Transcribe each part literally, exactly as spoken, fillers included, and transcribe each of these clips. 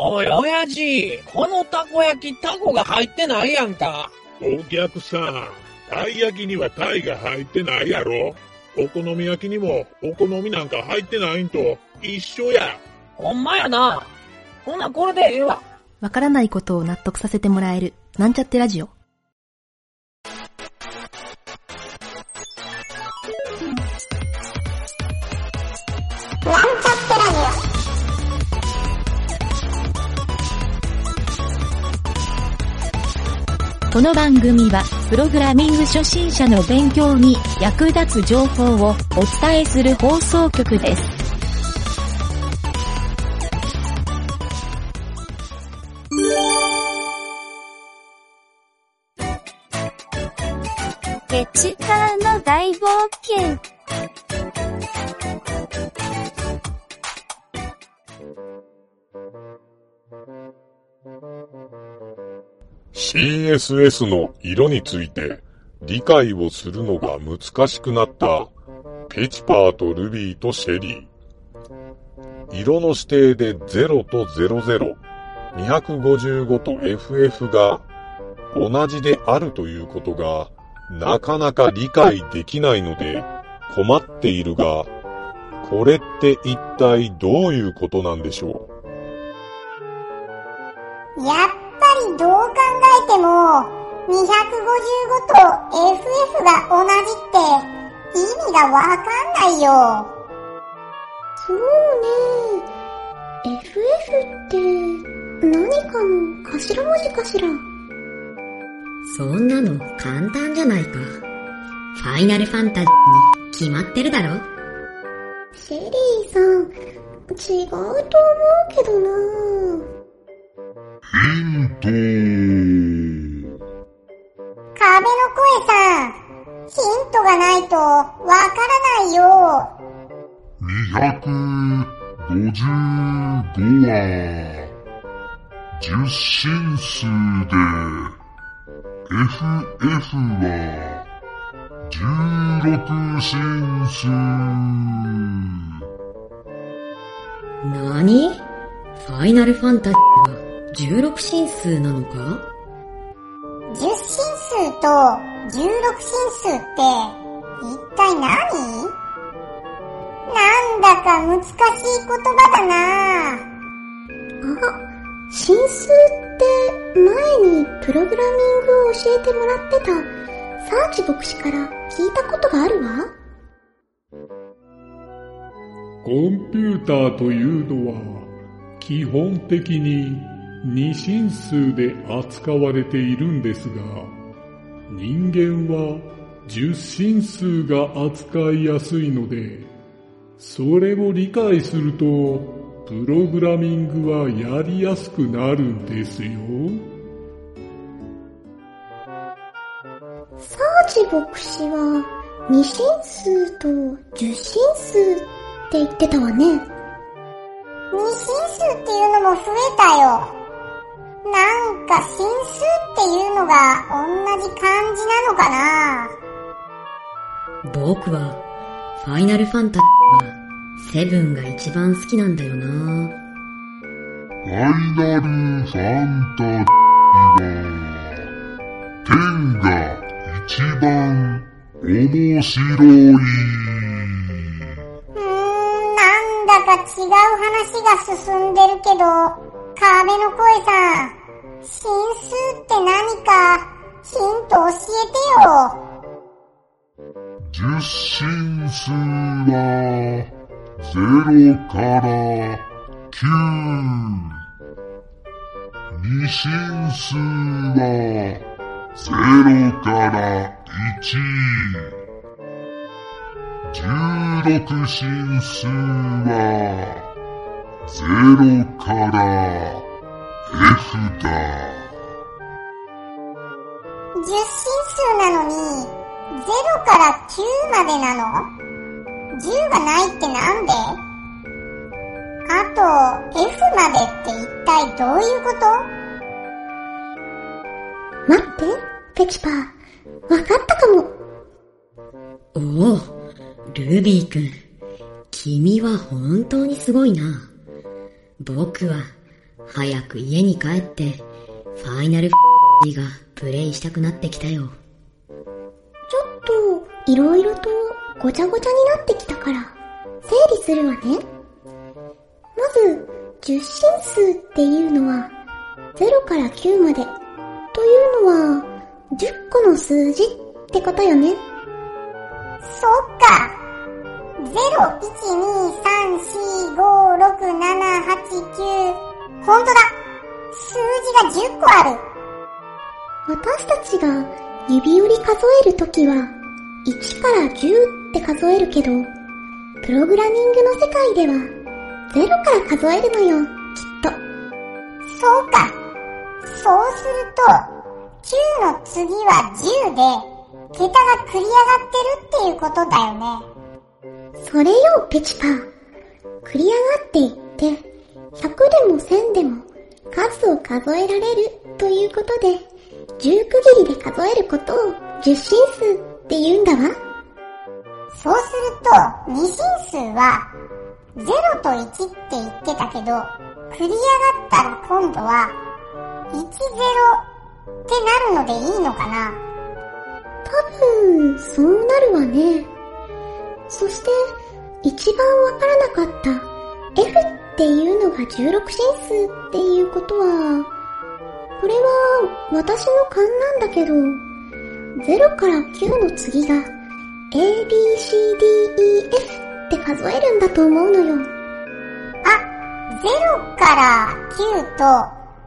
おい、親父、このたこ焼き、タコが入ってないやんか。 お客さん、たい焼きにはたいが入ってないやろ。お好み焼きにもお好みなんか入ってないんと一緒や。 ほんまやな。ほな、これでええわ。 わからないことを納得させてもらえる、なんちゃってラジオ。 なんちゃってラジオ。この番組はプログラミング初心者の勉強に役立つ情報をお伝えする放送局です。 ケチカーの大冒険。 シーエスエス の色について理解をするのが難しくなったペチパーとルビーとシェリー。色の指定でゼロとゼロゼロ、にひゃくごじゅうごと エフエフ が同じであるということがなかなか理解できないので困っているが、これって一体どういうことなんでしょオ。やっぱりどう考えてもにひゃくごじゅうごと エフエフ が同じって意味がわかんないよ。 そうね。エフエフ って何かの頭文字かしら。 そんなの簡単じゃないか。ファイナルファンタジーに決まってるだろ。 シェリーさん、違うと思うけどな。 ヒント。 壁の声さん、ヒントがないとわからないよ。 にひゃくごじゅうごはじゅっ進数で エフエフ はじゅうろく進数。 なに？ファイナルファンタジーはじゅうろく進数なのか？ じゅっ進数とじゅうろく進数って一体何？なんだか難しい言葉だな。 あ、進数って前にプログラミングを教えてもらってたサーチ牧師から聞いたことがあるわ。 コンピューターというのは基本的に二進数で扱われているんですが、人間は十進数が扱いやすいので、それを理解するとプログラミングはやりやすくなるんですよ。 サーチ牧師は二進数と十進数って言ってたわね。 二進数っていうのも増えたよ。なんか進数っていうのが同じ感じなのかな。 僕はファイナルファンタジーはセブンが一番好きなんだよな。 ファイナルファンタジーはテンが一番面白い。 うーん、なんだか違う話が進んでるけど、壁の声さん、進数って何かヒント教えてよ。 十進数はゼロからきゅう。二進数はゼロからいち。十六進数はゼロからエフだ。 十進数なのにゼロからきゅうまでなの？じゅうがないってなんで？あと F までって一体どういうこと？ 待って、ペチパー、わかったかも。 おお、ルビー君、君は本当にすごいな。僕は早く家に帰って、ファイナルがプレイしたくなってきたよ。 ちょっと、いろいろとごちゃごちゃになってきたから、整理するわね。まず、十進数っていうのは、ゼロからきゅうまで、というのは、じゅっこの数字ってことよね。 そっか。ゼロ、いち、に、さん、し、ご、ろく、なな、はち、きゅう。ほんとだ。数字がじゅっこある。 私たちが指折り数えるときは、いちからじゅうって数えるけど、プログラミングの世界では、ゼロから数えるのよ、きっと。 そうか。そうすると、きゅうの次はじゅうで、桁が繰り上がってるっていうことだよね。 それよ、ペチパー。繰り上がっていって、ひゃくでもせんでも数を数えられるということで、じゅう区切りで数えることを十進数って言うんだわ。 そうすると、二進数は、ゼロといちって言ってたけど、繰り上がったら今度は、いちゼロってなるのでいいのかな？ 多分、そうなるわね。そして、一番わからなかった F っていうのがじゅうろく進数っていうことは、これは私の勘なんだけど、ゼロからきゅうの次が A, B, C, D, E, F って数えるんだと思うのよ。 あ、ゼロからきゅうと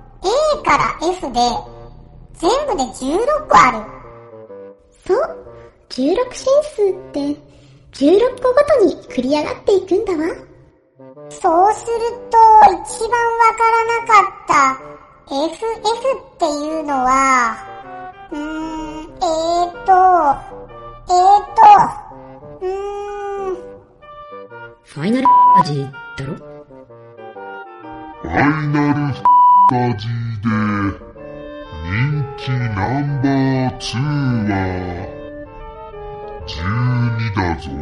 A から F で全部でじゅうろっこある。 そう、じゅうろく進数ってじゅうろっこごとに繰り上がっていくんだわ。 そうすると一番わからなかった エフエフ っていうのは、うーん、えーと、えーと、うーん。 ファイナル味だろ？ ファイナル味で、人気ナンバーツーは、じゅうにだぞ。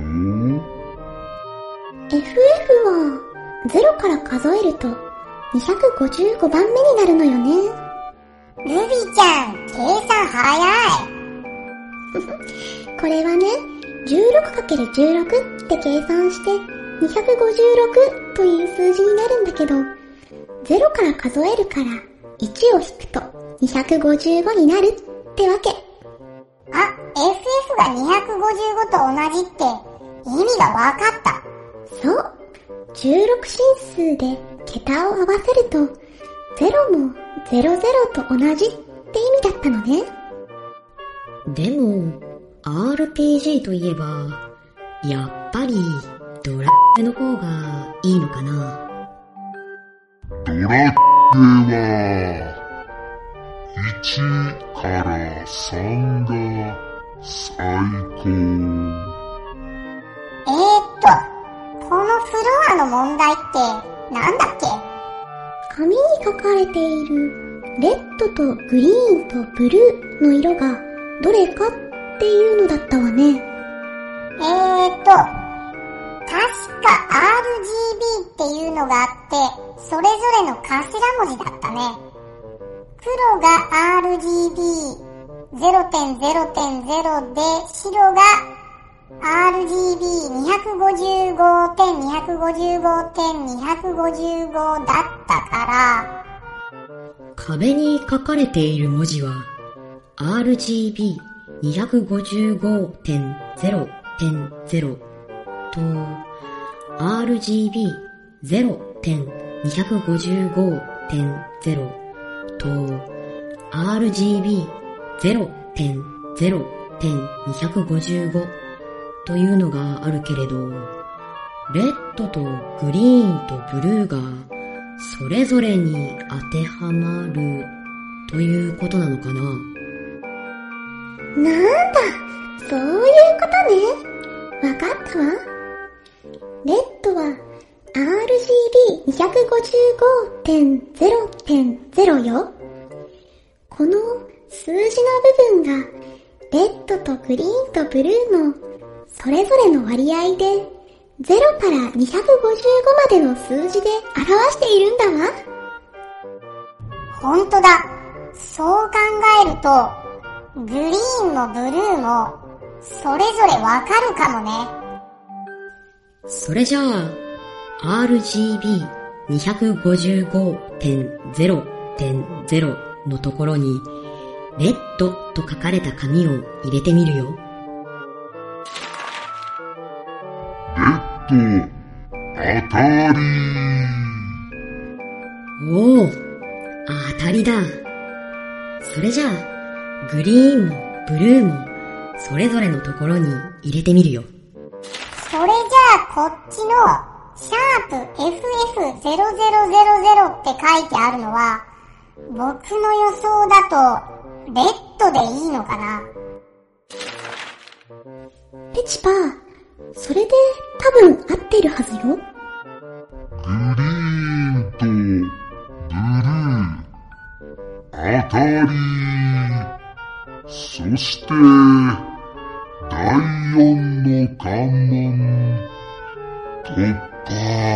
エフエフ はゼロから数えるとにひゃくごじゅうごばんめになるのよね。 ルビーちゃん、計算早い。 これはね、じゅうろくかけるじゅうろく って計算してにひゃくごじゅうろくという数字になるんだけど、ゼロから数えるからいちを引くとにひゃくごじゅうごになるってわけ。 あ、エフエフ がにひゃくごじゅうごと同じって意味がわかった。 そう。じゅうろく進数で桁を合わせると、ゼロもゼロゼロと同じって意味だったのね。 でも、アールピージー といえば、やっぱりドラクエの方がいいのかな。 ドラクエは、いちからさんが最高。 えーっと、このフロアの問題ってなんだっけ？ 紙に書かれているレッドとグリーンとブルーの色がどれかっていうのだったわね。 えーっと、確か アールジービー っていうのがあって、それぞれの頭文字だったね。黒が アールジービーゼロてんゼロてんゼロ で、白がアールジービーにひゃくごじゅうごてんにひゃくごじゅうごてんにひゃくごじゅうご だったから、 壁に書かれている文字は アールジービーにひゃくごじゅうごてんゼロてんゼロ と アールジービーゼロてんにひゃくごじゅうごてんゼロ と アールジービーゼロてんゼロてんにひゃくごじゅうごというのがあるけれど、レッドとグリーンとブルーがそれぞれに当てはまるということなのかな。 なんだ、そういうことね。わかったわ。レッドは アールジービーにひゃくごじゅうごてんゼロてんゼロ よ。この数字の部分がレッドとグリーンとブルーのそれぞれの割合でゼロからにひゃくごじゅうごまでの数字で表しているんだわ。 ほんとだ。そう考えると、グリーンもブルーも、それぞれわかるかもね。 それじゃあ、アールジービーにひゃくごじゅうごてんゼロてんゼロ のところに、レッドと書かれた紙を入れてみるよ。 レッド、当たり。 おお、当たりだ。それじゃあ、グリーンもブルーもそれぞれのところに入れてみるよ。 それじゃあこっちのシャープ エフエフゼロゼロゼロゼロ って書いてあるのは、僕の予想だとレッドでいいのかな。 ペチパー、それで多分合ってるはずよ。 グリーンとブルー、当たり。そしてだいよんの関門突破。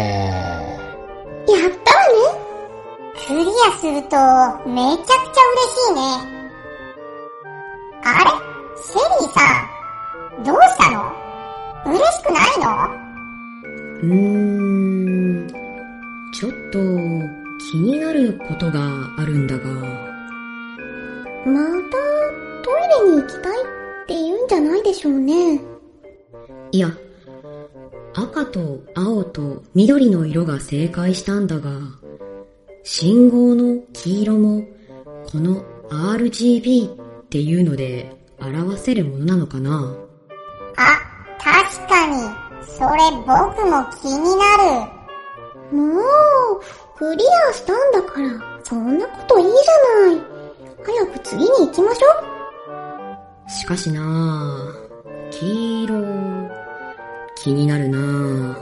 やったわね。クリアするとめちゃくちゃ嬉しいね。あれ、シェリーさん、どうしたの？嬉しくないの？ うーん、ちょっと気になることがあるんだが。 またトイレに行きたいって言うんじゃないでしょうね。 いや、赤と青と緑の色が正解したんだが、信号の黄色もこの アールジービー っていうので表せるものなのかな。 あ、確かに、それ僕も気になる。 もう、クリアしたんだから、そんなこといいじゃない。早く次に行きましょう。しかしなぁ、黄色、気になるなぁ。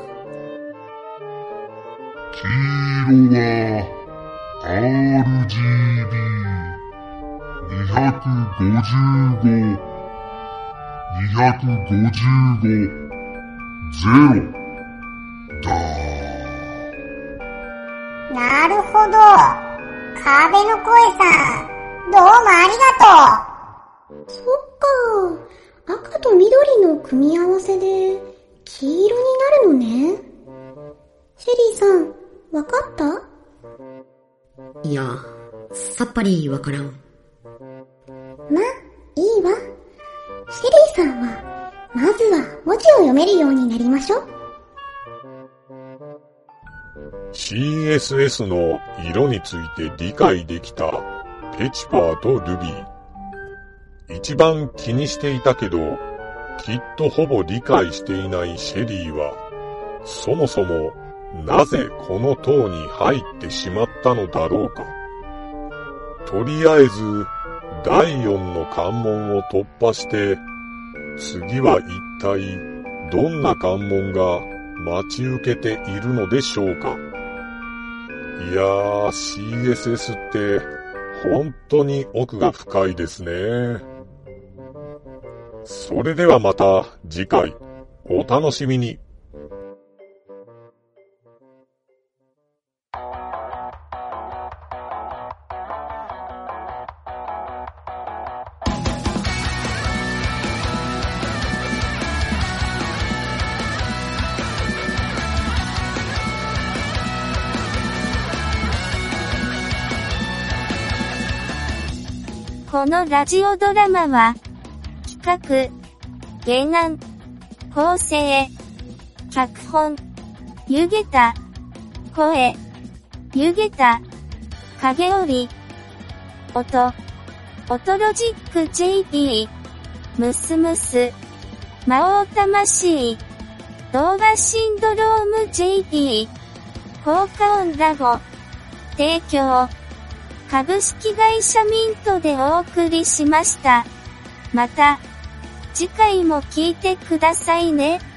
黄色は アールジービーにひゃくごじゅうご、にひゃくごじゅうご、ゼロだ。 なるほど。壁の声さん、どうもありがとう。 そっか、赤と緑の組み合わせで黄色になるのね。シェリーさん、わかった？ いや、さっぱりわからん。 ま、いいわ。シェリーさんは、まずは文字を読めるようになりましょう。 シーエスエス の色について理解できたペチパーとルビー。一番気にしていたけど、きっとほぼ理解していないシェリーは、そもそもなぜこの塔に入ってしまったのだろうか。とりあえず、だいよんの関門を突破して、次は一体どんな関門が待ち受けているのでしょうか。いやー、シーエスエス って本当に奥が深いですね。それではまた次回お楽しみに。 このラジオドラマは、企画、原案、構成、脚本、ゆげた、声、ゆげた、影織、音、オトロジック ジェーピー、ムスムス、魔王魂、動画シンドローム ジェーピー、効果音ラボ、提供、株式会社ミントでお送りしました。また、次回も聞いてくださいね。